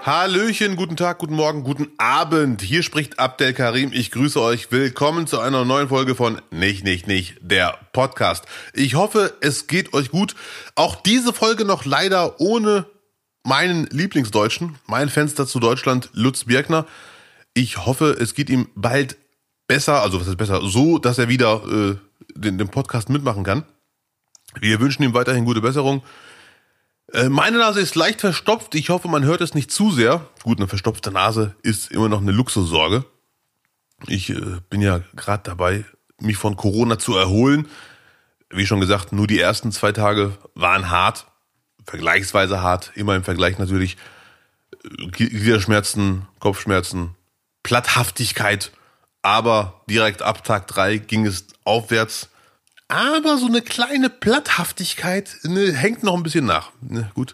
Hallöchen, guten Tag, guten Morgen, guten Abend. Hier spricht Abdel Karim. Ich grüße euch. Willkommen zu einer neuen Folge von Nicht, der Podcast. Ich hoffe, es geht euch gut. Auch diese Folge noch leider ohne meinen Lieblingsdeutschen, mein Fenster zu Deutschland, Lutz Birkner. Ich hoffe, es geht ihm bald besser, also was ist besser, so, dass er wieder den Podcast mitmachen kann. Wir wünschen ihm weiterhin gute Besserung. Meine Nase ist leicht verstopft. Ich hoffe, man hört es nicht zu sehr. Gut, eine verstopfte Nase ist immer noch eine Luxussorge. Ich bin ja gerade dabei, mich von Corona zu erholen. Wie schon gesagt, nur die ersten 2 Tage waren hart. Vergleichsweise hart. Immer im Vergleich natürlich. Gliederschmerzen, Kopfschmerzen, Platthaftigkeit. Aber direkt ab Tag 3 ging es aufwärts. Aber so eine kleine Platthaftigkeit hängt noch ein bisschen nach. Gut,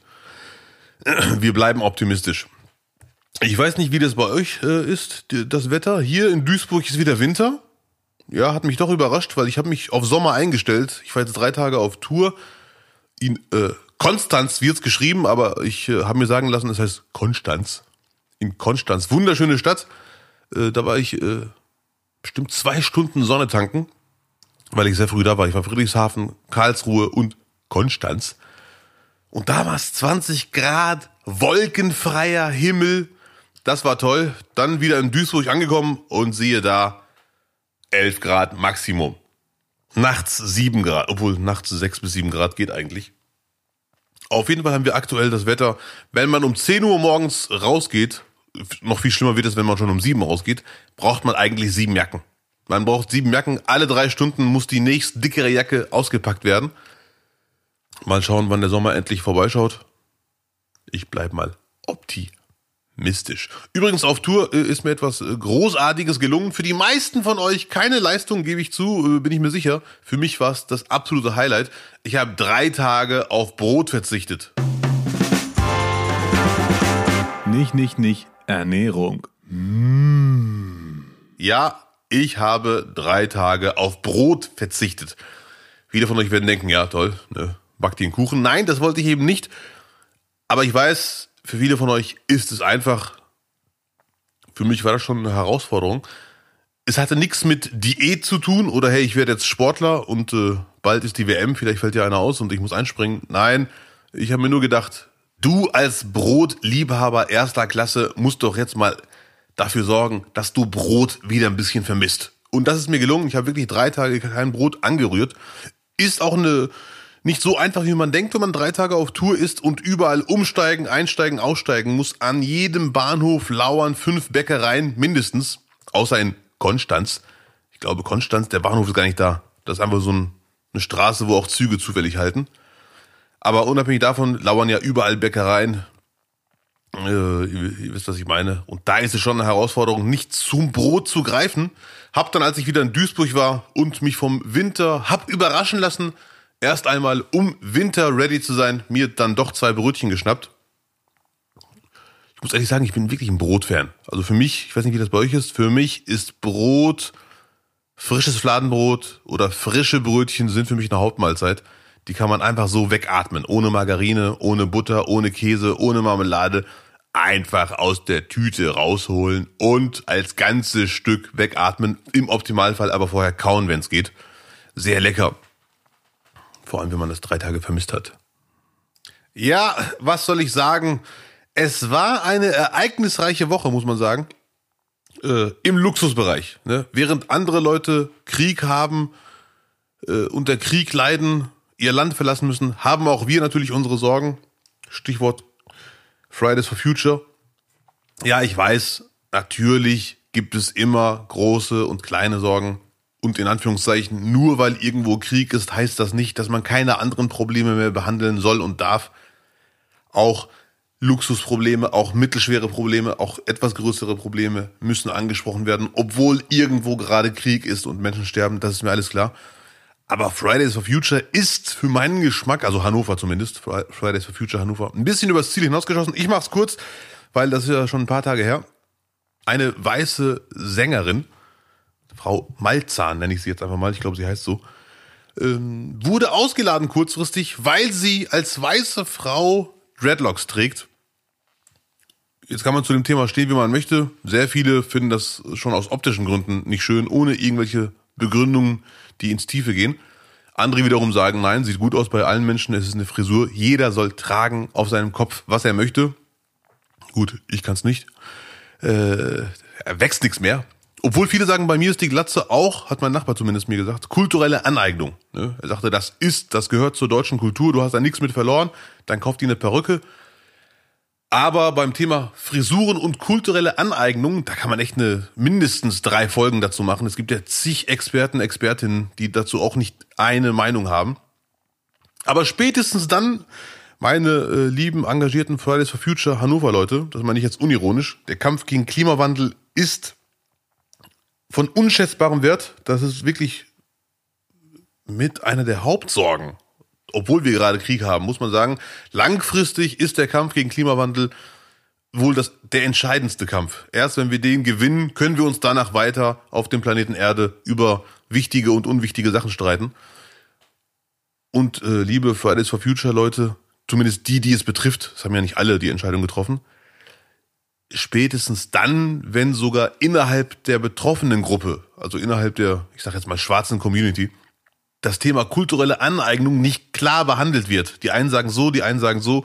wir bleiben optimistisch. Ich weiß nicht, wie das bei euch ist, das Wetter. Hier in Duisburg ist wieder Winter. Ja, hat mich doch überrascht, weil ich habe mich auf Sommer eingestellt. Ich war jetzt 3 Tage auf Tour. In Konstanz wird's geschrieben, aber ich habe mir sagen lassen, es heißt Konstanz. In Konstanz, wunderschöne Stadt. Da war ich bestimmt 2 Stunden Sonne tanken. Weil ich sehr früh da war. Ich war Friedrichshafen, Karlsruhe und Konstanz. Und da war es 20 Grad, wolkenfreier Himmel. Das war toll. Dann wieder in Duisburg angekommen und siehe da, 11 Grad Maximum. Nachts 7 Grad, obwohl nachts 6 bis 7 Grad geht eigentlich. Auf jeden Fall haben wir aktuell das Wetter, wenn man um 10 Uhr morgens rausgeht, noch viel schlimmer wird es, wenn man schon um 7 rausgeht, braucht man eigentlich 7 Jacken. Man braucht 7 Jacken, alle 3 Stunden muss die nächst dickere Jacke ausgepackt werden. Mal schauen, wann der Sommer endlich vorbeischaut. Ich bleib mal optimistisch. Übrigens auf Tour ist mir etwas Großartiges gelungen. Für die meisten von euch keine Leistung, gebe ich zu, bin ich mir sicher. Für mich war es das absolute Highlight. Ich habe 3 Tage auf Brot verzichtet. Nicht. Ernährung. Ja, ich habe 3 Tage auf Brot verzichtet. Viele von euch werden denken, ja toll, ne, backt ihr einen Kuchen. Nein, das wollte ich eben nicht. Aber ich weiß, für viele von euch ist es einfach, für mich war das schon eine Herausforderung. Es hatte nichts mit Diät zu tun oder hey, ich werde jetzt Sportler und bald ist die WM, vielleicht fällt ja einer aus und ich muss einspringen. Nein, ich habe mir nur gedacht, du als Brotliebhaber erster Klasse musst doch jetzt mal dafür sorgen, dass du Brot wieder ein bisschen vermisst. Und das ist mir gelungen. Ich habe wirklich 3 Tage kein Brot angerührt. Ist auch nicht so einfach, wie man denkt, wenn man 3 Tage auf Tour ist und überall umsteigen, einsteigen, aussteigen muss. An jedem Bahnhof lauern 5 Bäckereien mindestens, außer in Konstanz. Ich glaube, Konstanz, der Bahnhof ist gar nicht da. Das ist einfach so eine Straße, wo auch Züge zufällig halten. Aber unabhängig davon lauern ja überall Bäckereien. Ihr wisst, was ich meine. Und da ist es schon eine Herausforderung, nicht zum Brot zu greifen. Hab dann, als ich wieder in Duisburg war und mich vom Winter hab überraschen lassen, erst einmal, um Winter ready zu sein, mir dann doch 2 Brötchen geschnappt. Ich muss ehrlich sagen, ich bin wirklich ein Brotfan. Also für mich, ich weiß nicht, wie das bei euch ist, für mich ist Brot, frisches Fladenbrot oder frische Brötchen sind für mich eine Hauptmahlzeit. Die kann man einfach so wegatmen. Ohne Margarine, ohne Butter, ohne Käse, ohne Marmelade. Einfach aus der Tüte rausholen und als ganzes Stück wegatmen. Im Optimalfall aber vorher kauen, wenn es geht. Sehr lecker. Vor allem, wenn man das 3 Tage vermisst hat. Ja, was soll ich sagen? Es war eine ereignisreiche Woche, muss man sagen. Im Luxusbereich. Ne? Während andere Leute Krieg haben, unter Krieg leiden, ihr Land verlassen müssen, haben auch wir natürlich unsere Sorgen. Stichwort Fridays for Future. Ja, ich weiß, natürlich gibt es immer große und kleine Sorgen. Und in Anführungszeichen, nur weil irgendwo Krieg ist, heißt das nicht, dass man keine anderen Probleme mehr behandeln soll und darf. Auch Luxusprobleme, auch mittelschwere Probleme, auch etwas größere Probleme müssen angesprochen werden, obwohl irgendwo gerade Krieg ist und Menschen sterben, das ist mir alles klar. Aber Fridays for Future ist für meinen Geschmack, also Hannover zumindest, Fridays for Future Hannover, ein bisschen übers Ziel hinausgeschossen. Ich mach's kurz, weil das ist ja schon ein paar Tage her. Eine weiße Sängerin, Frau Malzahn nenne ich sie jetzt einfach mal, ich glaube, sie heißt so, wurde ausgeladen kurzfristig, weil sie als weiße Frau Dreadlocks trägt. Jetzt kann man zu dem Thema stehen, wie man möchte. Sehr viele finden das schon aus optischen Gründen nicht schön, ohne irgendwelche Begründungen, die ins Tiefe gehen. Andere wiederum sagen, nein, sieht gut aus bei allen Menschen, es ist eine Frisur. Jeder soll tragen auf seinem Kopf, was er möchte. Gut, ich kann es nicht. Er wächst nichts mehr. Obwohl viele sagen, bei mir ist die Glatze auch, hat mein Nachbar zumindest mir gesagt, kulturelle Aneignung. Er sagte, das gehört zur deutschen Kultur, du hast da nichts mit verloren, dann kauft die eine Perücke. Aber beim Thema Frisuren und kulturelle Aneignung, da kann man echt mindestens 3 Folgen dazu machen. Es gibt ja zig Experten, Expertinnen, die dazu auch nicht eine Meinung haben. Aber spätestens dann, meine lieben, engagierten Fridays for Future Hannover-Leute, das meine ich jetzt unironisch, der Kampf gegen Klimawandel ist von unschätzbarem Wert. Das ist wirklich mit einer der Hauptsorgen. Obwohl wir gerade Krieg haben, muss man sagen, langfristig ist der Kampf gegen Klimawandel wohl der entscheidendste Kampf. Erst wenn wir den gewinnen, können wir uns danach weiter auf dem Planeten Erde über wichtige und unwichtige Sachen streiten. Und liebe Fridays for Future Leute, zumindest die es betrifft, es haben ja nicht alle die Entscheidung getroffen, spätestens dann, wenn sogar innerhalb der betroffenen Gruppe, also innerhalb der, ich sag jetzt mal, schwarzen Community, das Thema kulturelle Aneignung nicht klar behandelt wird. Die einen sagen so, die einen sagen so.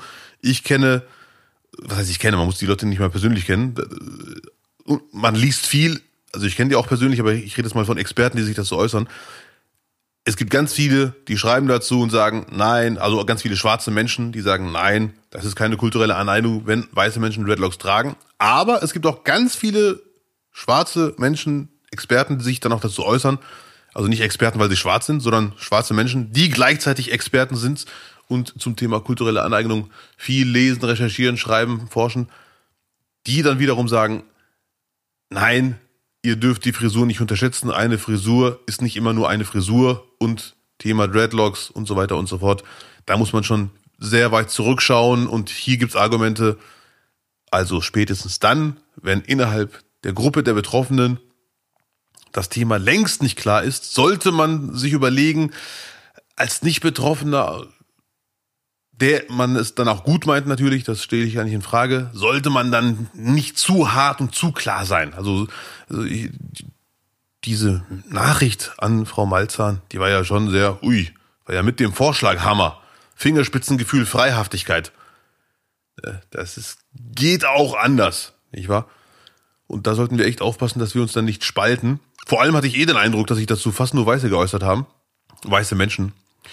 Man muss die Leute nicht mal persönlich kennen. Und man liest viel, also ich kenne die auch persönlich, aber ich rede jetzt mal von Experten, die sich das so äußern. Es gibt ganz viele, die schreiben dazu und sagen, nein, also ganz viele schwarze Menschen, die sagen, nein, das ist keine kulturelle Aneignung, wenn weiße Menschen Dreadlocks tragen. Aber es gibt auch ganz viele schwarze Menschen, Experten, die sich dann auch dazu äußern. Also nicht Experten, weil sie schwarz sind, sondern schwarze Menschen, die gleichzeitig Experten sind und zum Thema kulturelle Aneignung viel lesen, recherchieren, schreiben, forschen, die dann wiederum sagen, nein, ihr dürft die Frisur nicht unterschätzen. Eine Frisur ist nicht immer nur eine Frisur und Thema Dreadlocks und so weiter und so fort. Da muss man schon sehr weit zurückschauen und hier gibt's Argumente. Also spätestens dann, wenn innerhalb der Gruppe der Betroffenen das Thema längst nicht klar ist, sollte man sich überlegen, als Nicht-Betroffener, der man es dann auch gut meint natürlich, das stelle ich ja nicht in Frage, sollte man dann nicht zu hart und zu klar sein. Also diese Nachricht an Frau Malzahn, die war ja schon sehr, war ja mit dem Vorschlaghammer, Fingerspitzengefühl, Freihaftigkeit. Geht auch anders, nicht wahr? Und da sollten wir echt aufpassen, dass wir uns dann nicht spalten. Vor allem hatte ich den Eindruck, dass sich dazu fast nur Weiße geäußert haben. Weiße Menschen.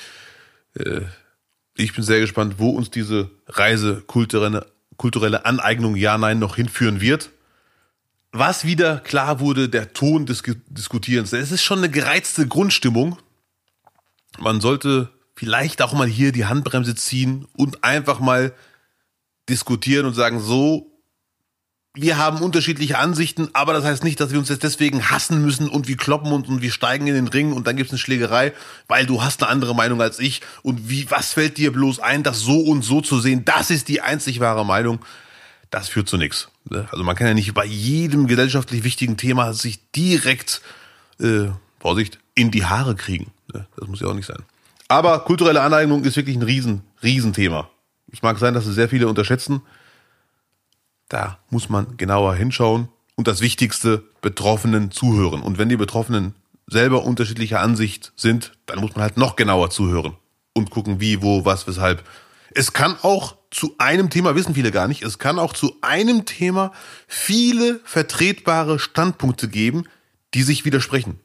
Ich bin sehr gespannt, wo uns diese Reise kulturelle Aneignung, ja, nein, noch hinführen wird. Was wieder klar wurde, der Ton des Diskutierens. Es ist schon eine gereizte Grundstimmung. Man sollte vielleicht auch mal hier die Handbremse ziehen und einfach mal diskutieren und sagen, so, wir haben unterschiedliche Ansichten, aber das heißt nicht, dass wir uns jetzt deswegen hassen müssen und wir kloppen uns und wir steigen in den Ring und dann gibt's eine Schlägerei, weil du hast eine andere Meinung als ich und was fällt dir bloß ein, das so und so zu sehen, das ist die einzig wahre Meinung. Das führt zu nichts. Also man kann ja nicht bei jedem gesellschaftlich wichtigen Thema sich direkt, Vorsicht, in die Haare kriegen. Das muss ja auch nicht sein. Aber kulturelle Aneignung ist wirklich ein Riesenthema. Es mag sein, dass es sehr viele unterschätzen. Da muss man genauer hinschauen und das Wichtigste, Betroffenen zuhören. Und wenn die Betroffenen selber unterschiedlicher Ansicht sind, dann muss man halt noch genauer zuhören und gucken, wie, wo, was, weshalb. Es kann auch zu einem Thema, wissen viele gar nicht, es kann auch zu einem Thema viele vertretbare Standpunkte geben, die sich widersprechen.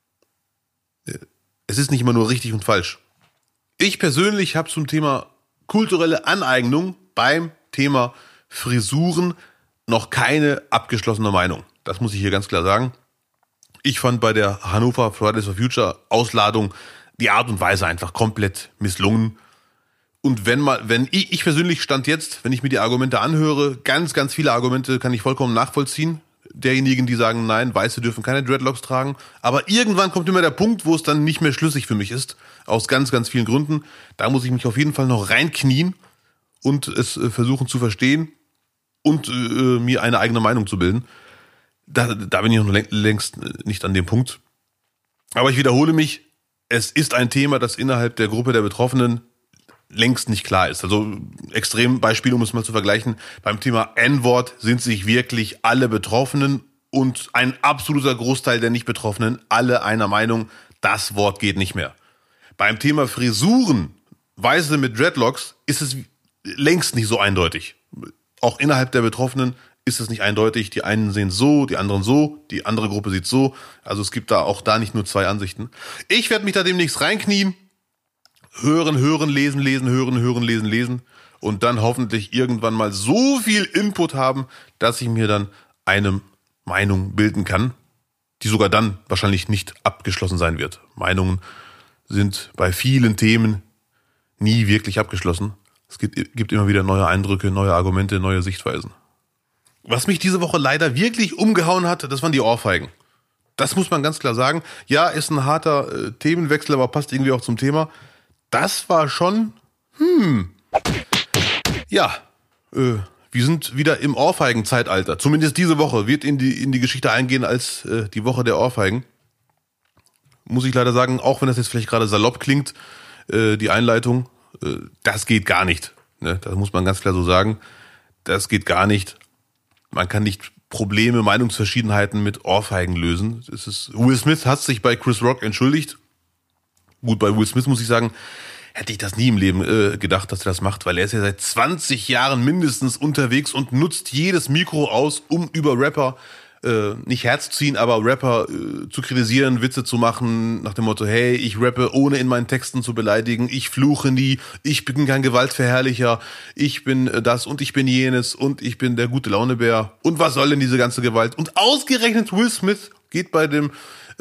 Es ist nicht immer nur richtig und falsch. Ich persönlich habe zum Thema kulturelle Aneignung beim Thema Frisuren noch keine abgeschlossene Meinung. Das muss ich hier ganz klar sagen. Ich fand bei der Hannover Fridays for Future Ausladung die Art und Weise einfach komplett misslungen. Und wenn ich persönlich stand jetzt, wenn ich mir die Argumente anhöre, ganz viele Argumente kann ich vollkommen nachvollziehen. Derjenigen, die sagen, nein, Weiße dürfen keine Dreadlocks tragen. Aber irgendwann kommt immer der Punkt, wo es dann nicht mehr schlüssig für mich ist. Aus ganz vielen Gründen. Da muss ich mich auf jeden Fall noch reinknien und es versuchen zu verstehen und mir eine eigene Meinung zu bilden. Da bin ich noch längst nicht an dem Punkt. Aber ich wiederhole mich, es ist ein Thema, das innerhalb der Gruppe der Betroffenen längst nicht klar ist. Also Extrembeispiel, um es mal zu vergleichen, beim Thema N-Wort sind sich wirklich alle Betroffenen und ein absoluter Großteil der Nicht-Betroffenen alle einer Meinung, das Wort geht nicht mehr. Beim Thema Frisuren, Weiße mit Dreadlocks, ist es längst nicht so eindeutig. Auch innerhalb der Betroffenen ist es nicht eindeutig. Die einen sehen so, die anderen so, die andere Gruppe sieht so. Also es gibt da auch da nicht nur zwei Ansichten. Ich werde mich da demnächst reinknien, hören, lesen und dann hoffentlich irgendwann mal so viel Input haben, dass ich mir dann eine Meinung bilden kann, die sogar dann wahrscheinlich nicht abgeschlossen sein wird. Meinungen sind bei vielen Themen nie wirklich abgeschlossen. Es gibt immer wieder neue Eindrücke, neue Argumente, neue Sichtweisen. Was mich diese Woche leider wirklich umgehauen hat, das waren die Ohrfeigen. Das muss man ganz klar sagen. Ja, ist ein harter Themenwechsel, aber passt irgendwie auch zum Thema. Das war schon, ja, wir sind wieder im Ohrfeigenzeitalter. Zumindest diese Woche wird in die Geschichte eingehen als die Woche der Ohrfeigen. Muss ich leider sagen, auch wenn das jetzt vielleicht gerade salopp klingt, die Einleitung, das geht gar nicht. Ne? Das muss man ganz klar so sagen. Das geht gar nicht. Man kann nicht Probleme, Meinungsverschiedenheiten mit Ohrfeigen lösen. Will Smith hat sich bei Chris Rock entschuldigt. Gut, bei Will Smith muss ich sagen, hätte ich das nie im Leben gedacht, dass er das macht, weil er ist ja seit 20 Jahren mindestens unterwegs und nutzt jedes Mikro aus, um über Rapper nicht Herz ziehen, aber Rapper zu kritisieren, Witze zu machen, nach dem Motto, hey, ich rappe, ohne in meinen Texten zu beleidigen, ich fluche nie, ich bin kein Gewaltverherrlicher, ich bin das und ich bin jenes und ich bin der gute Launebär und was soll denn diese ganze Gewalt? Und ausgerechnet Will Smith geht bei dem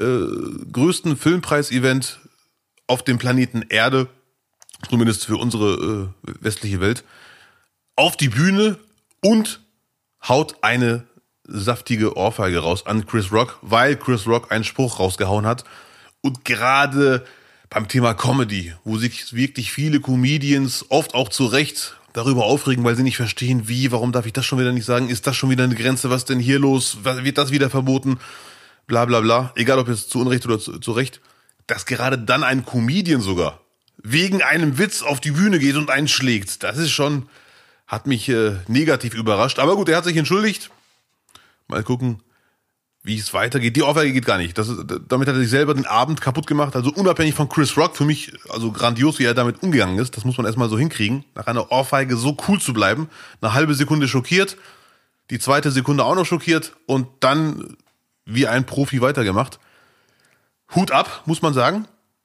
größten Filmpreis-Event auf dem Planeten Erde, zumindest für unsere westliche Welt, auf die Bühne und haut eine saftige Ohrfeige raus an Chris Rock, weil Chris Rock einen Spruch rausgehauen hat. Und gerade beim Thema Comedy, wo sich wirklich viele Comedians oft auch zu Recht darüber aufregen, weil sie nicht verstehen, warum darf ich das schon wieder nicht sagen, ist das schon wieder eine Grenze, was denn hier los, wird das wieder verboten, bla bla bla, egal ob jetzt zu Unrecht oder zu Recht, dass gerade dann ein Comedian sogar wegen einem Witz auf die Bühne geht und einen schlägt, das ist schon, hat mich negativ überrascht, aber gut, er hat sich entschuldigt. Mal gucken, wie es weitergeht. Die Ohrfeige geht gar nicht. Damit hat er sich selber den Abend kaputt gemacht. Also unabhängig von Chris Rock, für mich, also grandios, wie er damit umgegangen ist. Das muss man erstmal so hinkriegen. Nach einer Ohrfeige so cool zu bleiben. Eine halbe Sekunde schockiert, die zweite Sekunde auch noch schockiert und dann wie ein Profi weitergemacht. Hut ab, muss man sagen.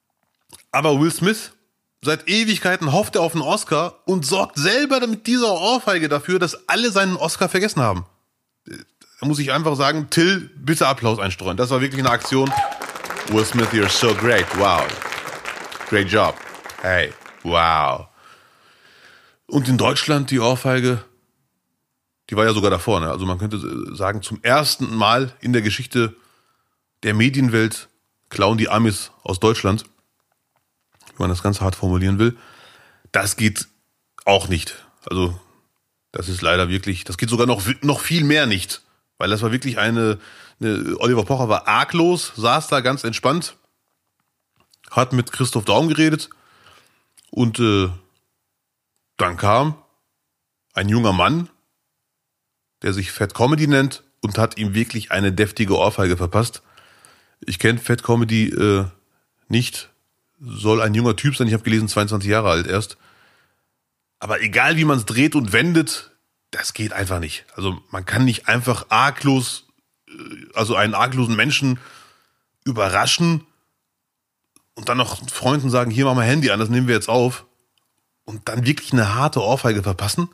Aber Will Smith, seit Ewigkeiten hofft er auf einen Oscar und sorgt selber mit dieser Ohrfeige dafür, dass alle seinen Oscar vergessen haben. Da muss ich einfach sagen, Till, bitte Applaus einstreuen. Das war wirklich eine Aktion. Will Smith, you're so great. Wow. Great job. Hey, wow. Und in Deutschland die Ohrfeige, die war ja sogar davor. Ne? Also man könnte sagen, zum ersten Mal in der Geschichte der Medienwelt klauen die Amis aus Deutschland. Wenn man das ganz hart formulieren will. Das geht auch nicht. Also das ist leider wirklich, das geht sogar noch viel mehr nicht. Weil das war wirklich Oliver Pocher war arglos, saß da ganz entspannt, hat mit Christoph Daum geredet und dann kam ein junger Mann, der sich Fat Comedy nennt und hat ihm wirklich eine deftige Ohrfeige verpasst. Ich kenne Fat Comedy nicht, soll ein junger Typ sein, ich habe gelesen, 22 Jahre alt erst. Aber egal wie man es dreht und wendet, das geht einfach nicht. Also man kann nicht einfach arglos, also einen arglosen Menschen überraschen und dann noch Freunden sagen, hier mach mal Handy an, das nehmen wir jetzt auf und dann wirklich eine harte Ohrfeige verpassen.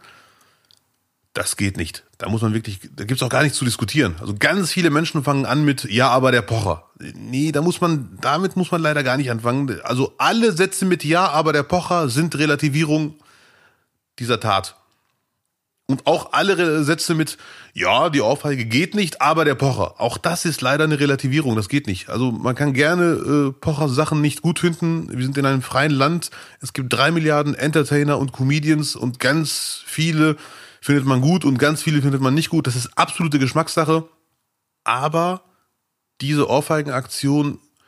Das geht nicht. Da gibt's auch gar nichts zu diskutieren. Also ganz viele Menschen fangen an mit, ja, aber der Pocher. Nee, damit muss man leider gar nicht anfangen. Also alle Sätze mit ja, aber der Pocher sind Relativierung dieser Tat. Und auch alle Sätze mit, ja, die Ohrfeige geht nicht, aber der Pocher. Auch das ist leider eine Relativierung, das geht nicht. Also man kann gerne Pochers Sachen nicht gut finden. Wir sind in einem freien Land. Es gibt 3 Milliarden Entertainer und Comedians und ganz viele findet man gut und ganz viele findet man nicht gut. Das ist absolute Geschmackssache. Aber diese Ohrfeigenaktion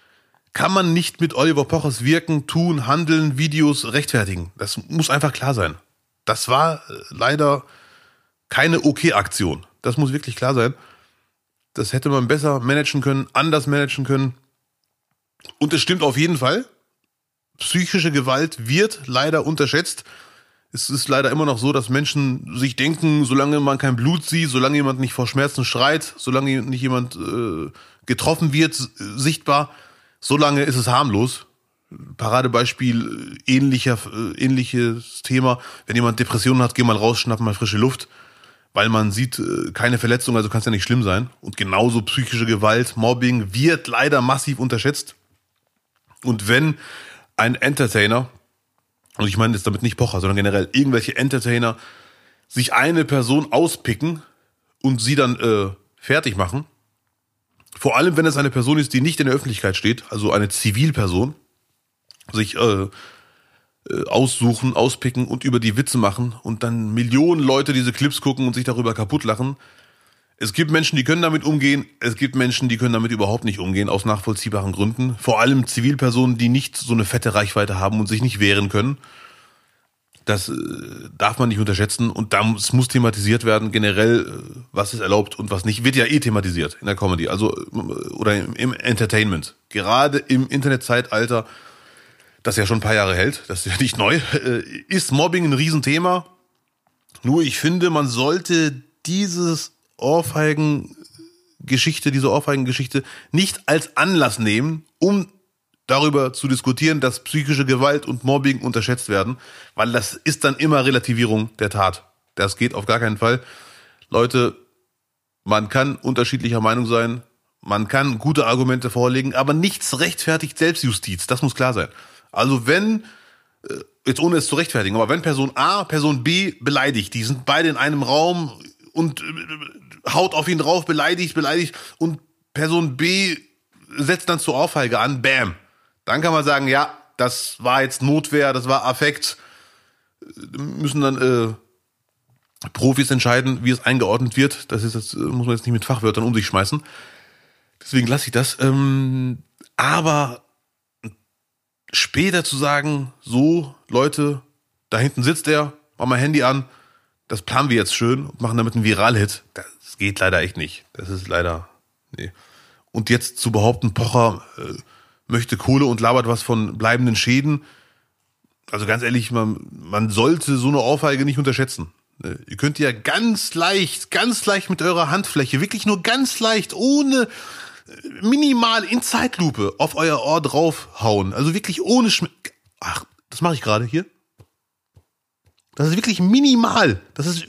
kann man nicht mit Oliver Pochers Wirken, Tun, Handeln, Videos rechtfertigen. Das muss einfach klar sein. Das war leider keine Okay-Aktion. Das muss wirklich klar sein. Das hätte man besser managen können, anders managen können. Und es stimmt auf jeden Fall. Psychische Gewalt wird leider unterschätzt. Es ist leider immer noch so, dass Menschen sich denken, solange man kein Blut sieht, solange jemand nicht vor Schmerzen schreit, solange nicht jemand getroffen wird, sichtbar, solange ist es harmlos. Paradebeispiel, ähnliches Thema. Wenn jemand Depressionen hat, geh mal raus, schnapp mal frische Luft. Weil man sieht, keine Verletzung, also kann es ja nicht schlimm sein. Und genauso psychische Gewalt, Mobbing wird leider massiv unterschätzt. Und wenn ein Entertainer, und ich meine jetzt damit nicht Pocher, sondern generell irgendwelche Entertainer, sich eine Person auspicken und sie dann fertig machen, vor allem wenn es eine Person ist, die nicht in der Öffentlichkeit steht, also eine Zivilperson, sich aussuchen, auspicken und über die Witze machen und dann Millionen Leute diese Clips gucken und sich darüber kaputt lachen. Es gibt Menschen, die können damit umgehen, es gibt Menschen, die können damit überhaupt nicht umgehen, aus nachvollziehbaren Gründen. Vor allem Zivilpersonen, die nicht so eine fette Reichweite haben und sich nicht wehren können. Das darf man nicht unterschätzen und das muss thematisiert werden, generell, was ist erlaubt und was nicht. Wird ja thematisiert in der Comedy, also oder im Entertainment. Gerade im Internetzeitalter, das ja schon ein paar Jahre hält, das ist ja nicht neu, ist Mobbing ein Riesenthema. Nur ich finde, man sollte diese Ohrfeigengeschichte nicht als Anlass nehmen, um darüber zu diskutieren, dass psychische Gewalt und Mobbing unterschätzt werden, weil das ist dann immer Relativierung der Tat. Das geht auf gar keinen Fall. Leute, man kann unterschiedlicher Meinung sein, man kann gute Argumente vorlegen, aber nichts rechtfertigt Selbstjustiz, das muss klar sein. Also wenn, jetzt ohne es zu rechtfertigen, aber wenn Person A, Person B beleidigt, die sind beide in einem Raum und haut auf ihn drauf, beleidigt und Person B setzt dann zur Ohrfeige an, bam. Dann kann man sagen, ja, das war jetzt Notwehr, das war Affekt. Müssen dann Profis entscheiden, wie es eingeordnet wird. Das muss man jetzt nicht mit Fachwörtern um sich schmeißen. Deswegen lasse ich das. Aber später zu sagen, so, Leute, da hinten sitzt er, mach mal Handy an, das planen wir jetzt schön und machen damit einen Viral-Hit. Das geht leider echt nicht. Das ist leider, nee. Und jetzt zu behaupten, Pocher möchte Kohle und labert was von bleibenden Schäden. Also ganz ehrlich, man sollte so eine Ohrfeige nicht unterschätzen. Ihr könnt ja ganz leicht mit eurer Handfläche, wirklich nur ganz leicht, ohne minimal in Zeitlupe auf euer Ohr draufhauen. Also wirklich ohne Ach, das mache ich gerade hier. Das ist wirklich minimal. Das ist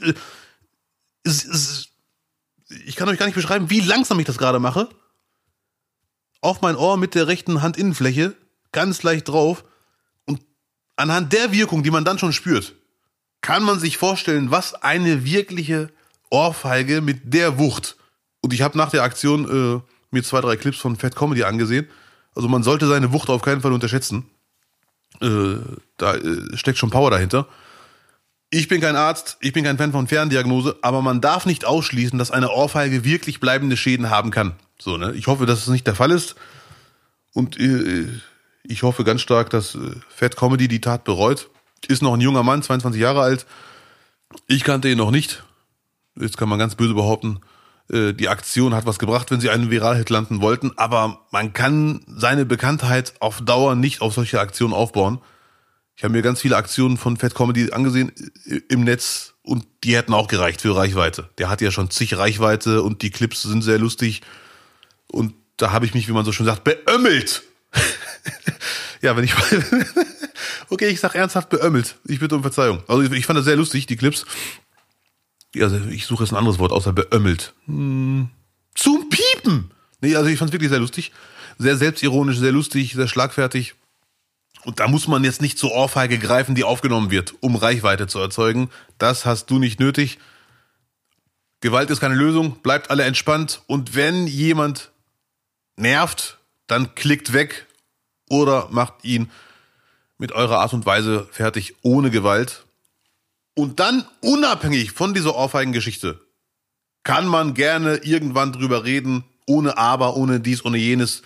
ich kann euch gar nicht beschreiben, wie langsam ich das gerade mache. Auf mein Ohr mit der rechten Handinnenfläche, ganz leicht drauf. Und anhand der Wirkung, die man dann schon spürt, kann man sich vorstellen, was eine wirkliche Ohrfeige mit der Wucht. Und ich habe nach der Aktion mir 2-3 Clips von Fat Comedy angesehen. Also man sollte seine Wucht auf keinen Fall unterschätzen. Da steckt schon Power dahinter. Ich bin kein Arzt, ich bin kein Fan von Ferndiagnose, aber man darf nicht ausschließen, dass eine Ohrfeige wirklich bleibende Schäden haben kann. So, ne? Ich hoffe, dass es nicht der Fall ist. Und ich hoffe ganz stark, dass Fat Comedy die Tat bereut. Ist noch ein junger Mann, 22 Jahre alt. Ich kannte ihn noch nicht. Jetzt kann man ganz böse behaupten, die Aktion hat was gebracht, wenn sie einen Viral-Hit landen wollten. Aber man kann seine Bekanntheit auf Dauer nicht auf solche Aktionen aufbauen. Ich habe mir ganz viele Aktionen von Fat Comedy angesehen im Netz und die hätten auch gereicht für Reichweite. Der hat ja schon zig Reichweite und die Clips sind sehr lustig. Und da habe ich mich, wie man so schön sagt, beömmelt. Ja, wenn ich okay, ich sag ernsthaft beömmelt. Ich bitte um Verzeihung. Also ich fand das sehr lustig, die Clips. Also ich suche jetzt ein anderes Wort außer beömmelt. Zum Piepen. Nee, also ich fand es wirklich sehr lustig. Sehr selbstironisch, sehr lustig, sehr schlagfertig. Und da muss man jetzt nicht zur Ohrfeige greifen, die aufgenommen wird, um Reichweite zu erzeugen. Das hast du nicht nötig. Gewalt ist keine Lösung. Bleibt alle entspannt. Und wenn jemand nervt, dann klickt weg oder macht ihn mit eurer Art und Weise fertig, ohne Gewalt. Und dann, unabhängig von dieser Ohrfeigengeschichte, kann man gerne irgendwann drüber reden, ohne Aber, ohne dies, ohne jenes.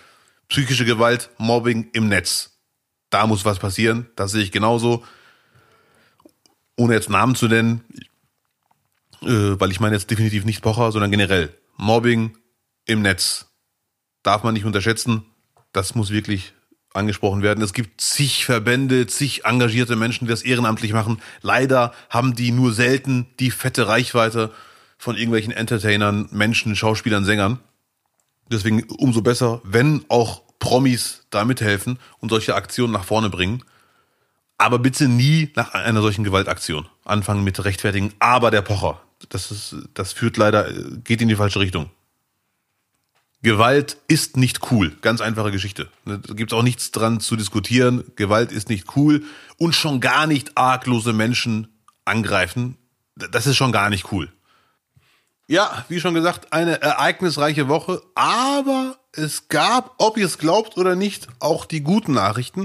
psychische Gewalt, Mobbing im Netz. Da muss was passieren, das sehe ich genauso. Ohne jetzt Namen zu nennen, weil ich meine jetzt definitiv nicht Pocher, sondern generell. Mobbing im Netz darf man nicht unterschätzen. Das muss wirklich angesprochen werden. Es gibt zig Verbände, zig engagierte Menschen, die das ehrenamtlich machen. Leider haben die nur selten die fette Reichweite von irgendwelchen Entertainern, Menschen, Schauspielern, Sängern. Deswegen umso besser, wenn auch Promis da mithelfen und solche Aktionen nach vorne bringen. Aber bitte nie nach einer solchen Gewaltaktion anfangen mit rechtfertigen. Aber der Pocher, das führt leider, geht in die falsche Richtung. Gewalt ist nicht cool. Ganz einfache Geschichte. Da gibt's auch nichts dran zu diskutieren. Gewalt ist nicht cool und schon gar nicht arglose Menschen angreifen. Das ist schon gar nicht cool. Ja, wie schon gesagt, eine ereignisreiche Woche, aber es gab, ob ihr es glaubt oder nicht, auch die guten Nachrichten.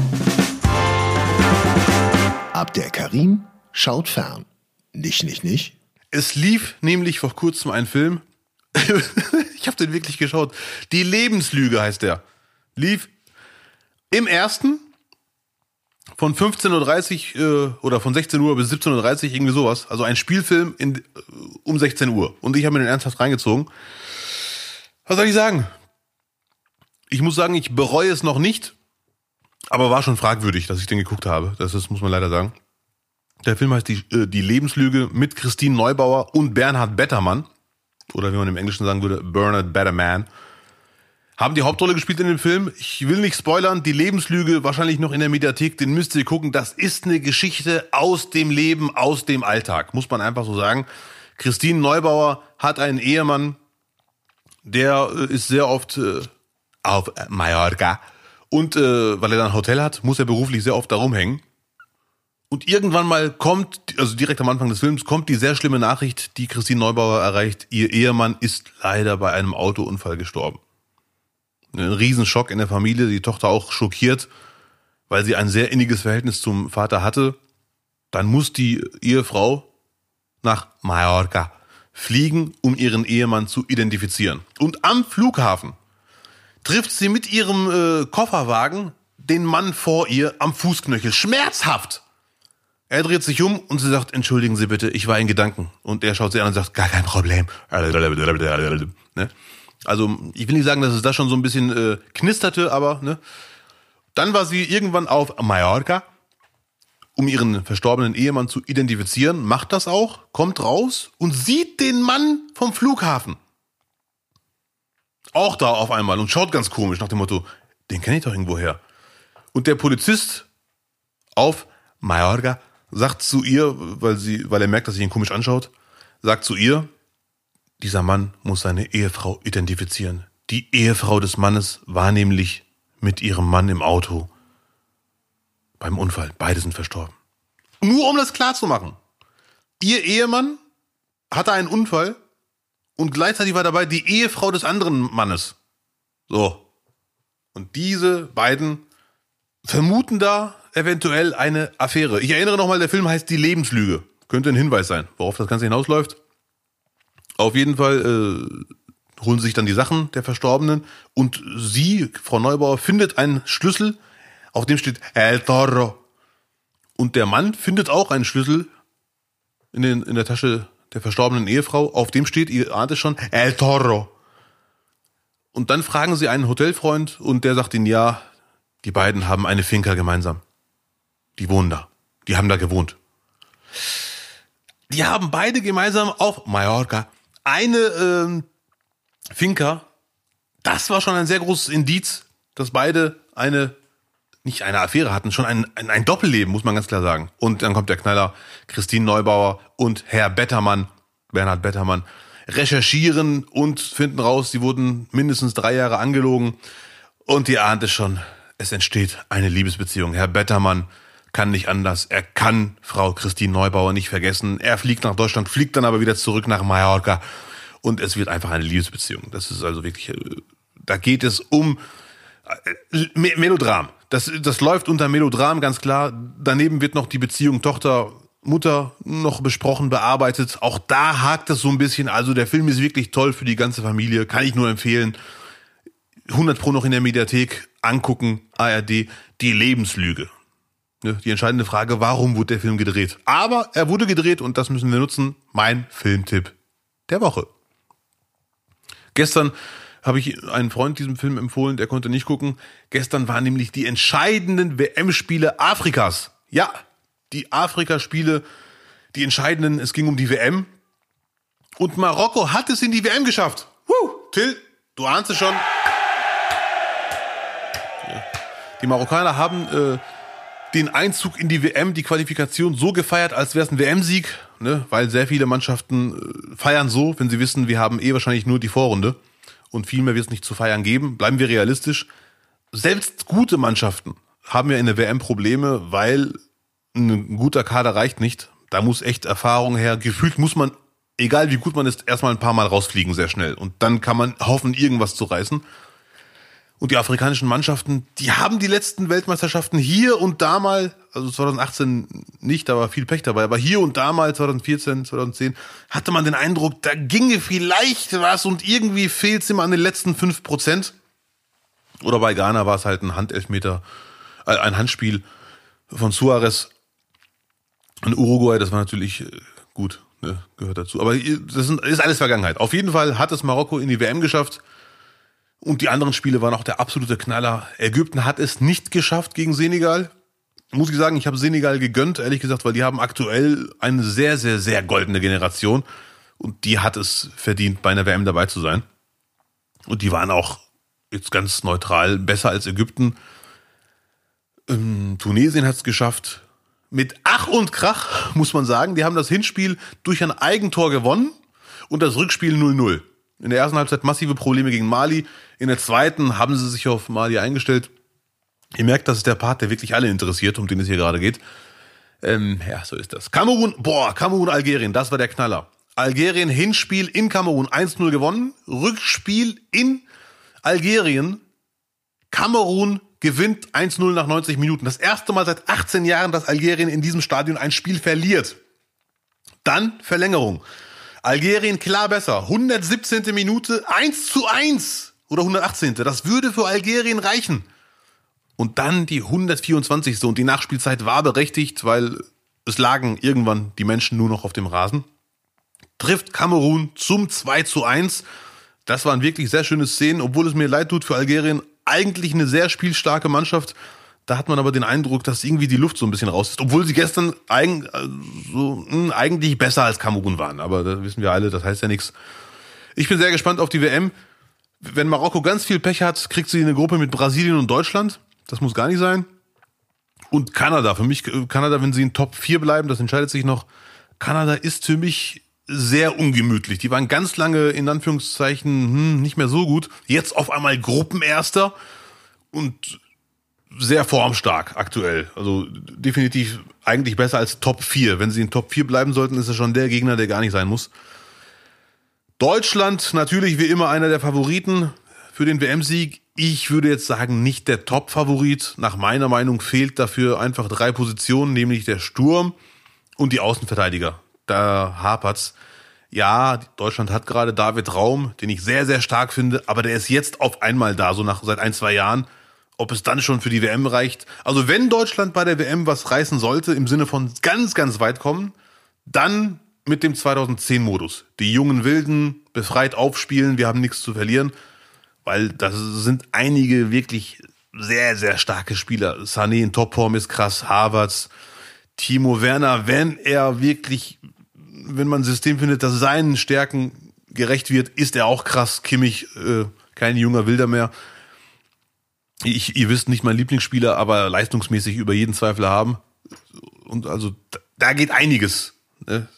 Abdel Karim schaut fern. Nicht. Es lief nämlich vor kurzem ein Film, ich habe den wirklich geschaut, Die Lebenslüge heißt der, lief im ersten von 15.30 Uhr oder von 16 Uhr bis 17.30 Uhr, irgendwie sowas. Also ein Spielfilm um 16 Uhr. Und ich habe mir den ernsthaft reingezogen. Was soll ich sagen? Ich muss sagen, ich bereue es noch nicht, aber war schon fragwürdig, dass ich den geguckt habe. Das muss man leider sagen. Der Film heißt Die Lebenslüge mit Christine Neubauer und Bernhard Bettermann. Oder wie man im Englischen sagen würde, Bernard Betterman. Haben die Hauptrolle gespielt in dem Film. Ich will nicht spoilern, Die Lebenslüge wahrscheinlich noch in der Mediathek, den müsst ihr gucken. Das ist eine Geschichte aus dem Leben, aus dem Alltag, muss man einfach so sagen. Christine Neubauer hat einen Ehemann, der ist sehr oft auf Mallorca. Und weil er da ein Hotel hat, muss er beruflich sehr oft da rumhängen. Und irgendwann mal kommt, also direkt am Anfang des Films, kommt die sehr schlimme Nachricht, die Christine Neubauer erreicht. Ihr Ehemann ist leider bei einem Autounfall gestorben. Ein Riesenschock in der Familie, die Tochter auch schockiert, weil sie ein sehr inniges Verhältnis zum Vater hatte. Dann muss die Ehefrau nach Mallorca fliegen, um ihren Ehemann zu identifizieren. Und am Flughafen trifft sie mit ihrem Kofferwagen den Mann vor ihr am Fußknöchel. Schmerzhaft! Er dreht sich um und sie sagt, entschuldigen Sie bitte, ich war in Gedanken. Und er schaut sie an und sagt, gar kein Problem. Ne? Also ich will nicht sagen, dass es da schon so ein bisschen knisterte, aber ne. Dann war sie irgendwann auf Mallorca, um ihren verstorbenen Ehemann zu identifizieren, macht das auch, kommt raus und sieht den Mann vom Flughafen. Auch da auf einmal und schaut ganz komisch nach dem Motto, den kenne ich doch irgendwo her. Und der Polizist auf Mallorca sagt zu ihr, weil er merkt, dass sie ihn komisch anschaut, sagt zu ihr, dieser Mann muss seine Ehefrau identifizieren. Die Ehefrau des Mannes war nämlich mit ihrem Mann im Auto beim Unfall. Beide sind verstorben. Nur um das klarzumachen. Ihr Ehemann hatte einen Unfall und gleichzeitig war dabei die Ehefrau des anderen Mannes. So. Und diese beiden vermuten da eventuell eine Affäre. Ich erinnere nochmal, der Film heißt Die Lebenslüge. Könnte ein Hinweis sein, worauf das Ganze hinausläuft. Auf jeden Fall holen sich dann die Sachen der Verstorbenen und sie, Frau Neubauer, findet einen Schlüssel, auf dem steht El Toro. Und der Mann findet auch einen Schlüssel in der Tasche der verstorbenen Ehefrau, auf dem steht, ihr ahnt es schon, El Toro. Und dann fragen sie einen Hotelfreund und der sagt ihnen, ja, die beiden haben eine Finca gemeinsam. Die wohnen da. Die haben da gewohnt. Die haben beide gemeinsam auf Mallorca eine Finca. Das war schon ein sehr großes Indiz, dass beide nicht eine Affäre hatten, schon ein Doppelleben, muss man ganz klar sagen. Und dann kommt der Knaller, Christine Neubauer und Herr Bettermann, Bernhard Bettermann, recherchieren und finden raus, sie wurden mindestens 3 Jahre angelogen. Und ihr ahnt es schon, es entsteht eine Liebesbeziehung. Herr Bettermann kann nicht anders. Er kann Frau Christine Neubauer nicht vergessen. Er fliegt nach Deutschland, fliegt dann aber wieder zurück nach Mallorca. Und es wird einfach eine Liebesbeziehung. Das ist also wirklich, da geht es um Melodram. Das läuft unter Melodram, ganz klar. Daneben wird noch die Beziehung Tochter-Mutter noch besprochen, bearbeitet. Auch da hakt es so ein bisschen. Also der Film ist wirklich toll für die ganze Familie. Kann ich nur empfehlen. 100 Pro noch in der Mediathek angucken, ARD, die Lebenslüge. Die entscheidende Frage, warum wurde der Film gedreht? Aber er wurde gedreht und das müssen wir nutzen. Mein Filmtipp der Woche. Gestern habe ich einen Freund diesem Film empfohlen, der konnte nicht gucken. Gestern waren nämlich die entscheidenden WM-Spiele Afrikas. Ja, die Afrika-Spiele, die entscheidenden, es ging um die WM. Und Marokko hat es in die WM geschafft. Till, du ahnst es schon. Die Marokkaner haben den Einzug in die WM, die Qualifikation so gefeiert, als wäre es ein WM-Sieg, ne? Weil sehr viele Mannschaften feiern so, wenn sie wissen, wir haben wahrscheinlich nur die Vorrunde und viel mehr wird es nicht zu feiern geben. Bleiben wir realistisch. Selbst gute Mannschaften haben ja in der WM Probleme, weil ein guter Kader reicht nicht. Da muss echt Erfahrung her. Gefühlt muss man, egal wie gut man ist, erstmal ein paar Mal rausfliegen sehr schnell. Und dann kann man hoffen, irgendwas zu reißen. Und die afrikanischen Mannschaften, die haben die letzten Weltmeisterschaften hier und da mal, also 2018 nicht, da war viel Pech dabei, aber hier und da mal, 2014, 2010, hatte man den Eindruck, da ginge vielleicht was und irgendwie fehlt es immer an den letzten 5%. Oder bei Ghana war es halt ein Handelfmeter, ein Handspiel von Suarez. In Uruguay, das war natürlich gut, ne, gehört dazu. Aber das ist alles Vergangenheit. Auf jeden Fall hat es Marokko in die WM geschafft. Und die anderen Spiele waren auch der absolute Knaller. Ägypten hat es nicht geschafft gegen Senegal. Muss ich sagen, ich habe Senegal gegönnt, ehrlich gesagt, weil die haben aktuell eine sehr, sehr, sehr goldene Generation. Und die hat es verdient, bei einer WM dabei zu sein. Und die waren auch jetzt ganz neutral besser als Ägypten. Tunesien hat es geschafft. Mit Ach und Krach, muss man sagen. Die haben das Hinspiel durch ein Eigentor gewonnen und das Rückspiel 0-0. In der ersten Halbzeit massive Probleme gegen Mali. In der zweiten haben sie sich auf Mali eingestellt. Ihr merkt, das ist der Part, der wirklich alle interessiert, um den es hier gerade geht. Ja, so ist das. Kamerun, Algerien, das war der Knaller. Algerien, Hinspiel in Kamerun 1-0 gewonnen. Rückspiel in Algerien. Kamerun gewinnt 1-0 nach 90 Minuten. Das erste Mal seit 18 Jahren, dass Algerien in diesem Stadion ein Spiel verliert. Dann Verlängerung. Algerien klar besser. 117. Minute 1-1 oder 118. Das würde für Algerien reichen. Und dann die 124. Und die Nachspielzeit war berechtigt, weil es lagen irgendwann die Menschen nur noch auf dem Rasen. Trifft Kamerun zum 2-1. Das waren wirklich sehr schöne Szenen, obwohl es mir leid tut für Algerien. Eigentlich eine sehr spielstarke Mannschaft. Da hat man aber den Eindruck, dass irgendwie die Luft so ein bisschen raus ist. Obwohl sie gestern eigentlich besser als Kamerun waren. Aber das wissen wir alle, das heißt ja nichts. Ich bin sehr gespannt auf die WM. Wenn Marokko ganz viel Pech hat, kriegt sie eine Gruppe mit Brasilien und Deutschland. Das muss gar nicht sein. Und Kanada. Für mich, Kanada, wenn sie in Top 4 bleiben, das entscheidet sich noch. Kanada ist für mich sehr ungemütlich. Die waren ganz lange, in Anführungszeichen, nicht mehr so gut. Jetzt auf einmal Gruppenerster und sehr formstark aktuell. Also definitiv eigentlich besser als Top 4. Wenn sie in Top 4 bleiben sollten, ist es schon der Gegner, der gar nicht sein muss. Deutschland natürlich wie immer einer der Favoriten für den WM-Sieg. Ich würde jetzt sagen, nicht der Top-Favorit. Nach meiner Meinung fehlt dafür einfach 3 Positionen, nämlich der Sturm und die Außenverteidiger. Da hapert's. Ja, Deutschland hat gerade David Raum, den ich sehr, sehr stark finde, aber der ist jetzt auf einmal da, so seit 1-2 Jahren. Ob es dann schon für die WM reicht. Also wenn Deutschland bei der WM was reißen sollte, im Sinne von ganz, ganz weit kommen, dann mit dem 2010-Modus. Die jungen Wilden befreit aufspielen, wir haben nichts zu verlieren, weil das sind einige wirklich sehr, sehr starke Spieler. Sané in Topform ist krass, Havertz, Timo Werner, wenn man ein System findet, das seinen Stärken gerecht wird, ist er auch krass. Kimmich, kein junger Wilder mehr. Ihr wisst nicht mein Lieblingsspieler, aber leistungsmäßig über jeden Zweifel haben. Und also da geht einiges, ne?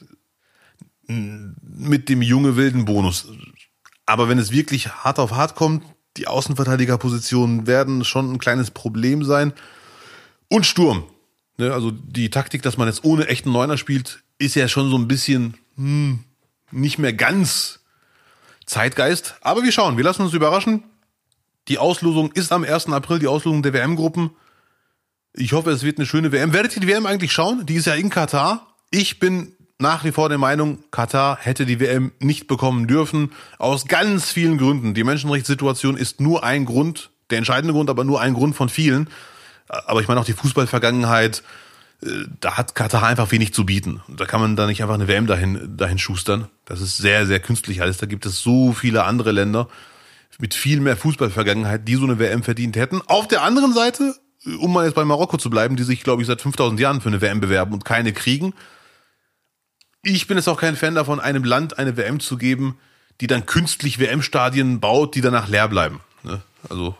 Mit dem junge wilden Bonus. Aber wenn es wirklich hart auf hart kommt, die Außenverteidigerpositionen werden schon ein kleines Problem sein. Und Sturm. Ne? Also die Taktik, dass man jetzt ohne echten Neuner spielt, ist ja schon so ein bisschen nicht mehr ganz Zeitgeist. Aber wir schauen, wir lassen uns überraschen. Die Auslosung ist am 1. April, die Auslosung der WM-Gruppen. Ich hoffe, es wird eine schöne WM. Werdet ihr die WM eigentlich schauen? Die ist ja in Katar. Ich bin nach wie vor der Meinung, Katar hätte die WM nicht bekommen dürfen, aus ganz vielen Gründen. Die Menschenrechtssituation ist nur ein Grund, der entscheidende Grund, aber nur ein Grund von vielen. Aber ich meine auch die Fußballvergangenheit, da hat Katar einfach wenig zu bieten. Da kann man da nicht einfach eine WM dahin schustern. Das ist sehr, sehr künstlich alles. Da gibt es so viele andere Länder mit viel mehr Fußballvergangenheit, die so eine WM verdient hätten. Auf der anderen Seite, um mal jetzt bei Marokko zu bleiben, die sich, glaube ich, seit 5000 Jahren für eine WM bewerben und keine kriegen. Ich bin jetzt auch kein Fan davon, einem Land eine WM zu geben, die dann künstlich WM-Stadien baut, die danach leer bleiben. Also,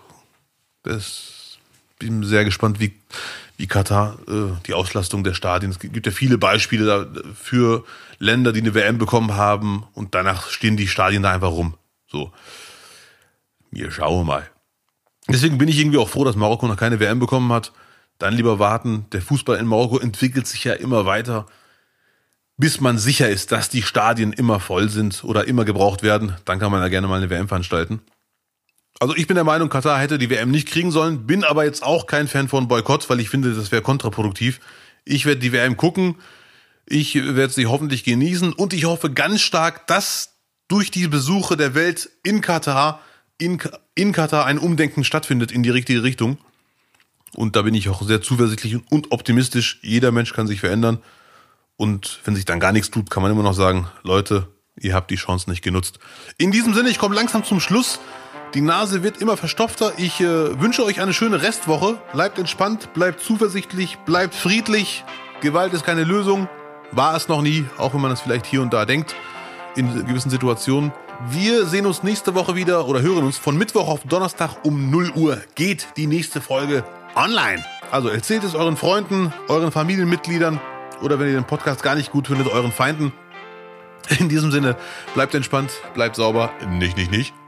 bin sehr gespannt, wie Katar die Auslastung der Stadien. Es gibt ja viele Beispiele für Länder, die eine WM bekommen haben und danach stehen die Stadien da einfach rum. So, wir schauen mal. Deswegen bin ich irgendwie auch froh, dass Marokko noch keine WM bekommen hat. Dann lieber warten. Der Fußball in Marokko entwickelt sich ja immer weiter, bis man sicher ist, dass die Stadien immer voll sind oder immer gebraucht werden. Dann kann man ja gerne mal eine WM veranstalten. Also ich bin der Meinung, Katar hätte die WM nicht kriegen sollen, bin aber jetzt auch kein Fan von Boykott, weil ich finde, das wäre kontraproduktiv. Ich werde die WM gucken, ich werde sie hoffentlich genießen und ich hoffe ganz stark, dass durch die Besuche der Welt in Katar ein Umdenken stattfindet in die richtige Richtung. Und da bin ich auch sehr zuversichtlich und optimistisch. Jeder Mensch kann sich verändern. Und wenn sich dann gar nichts tut, kann man immer noch sagen, Leute, ihr habt die Chance nicht genutzt. In diesem Sinne, ich komme langsam zum Schluss. Die Nase wird immer verstopfter. Ich wünsche euch eine schöne Restwoche. Bleibt entspannt, bleibt zuversichtlich, bleibt friedlich. Gewalt ist keine Lösung. War es noch nie, auch wenn man das vielleicht hier und da denkt, in gewissen Situationen. Wir sehen uns nächste Woche wieder oder hören uns von Mittwoch auf Donnerstag um 0 Uhr. Geht die nächste Folge online. Also erzählt es euren Freunden, euren Familienmitgliedern oder wenn ihr den Podcast gar nicht gut findet, euren Feinden. In diesem Sinne, bleibt entspannt, bleibt sauber. Nicht.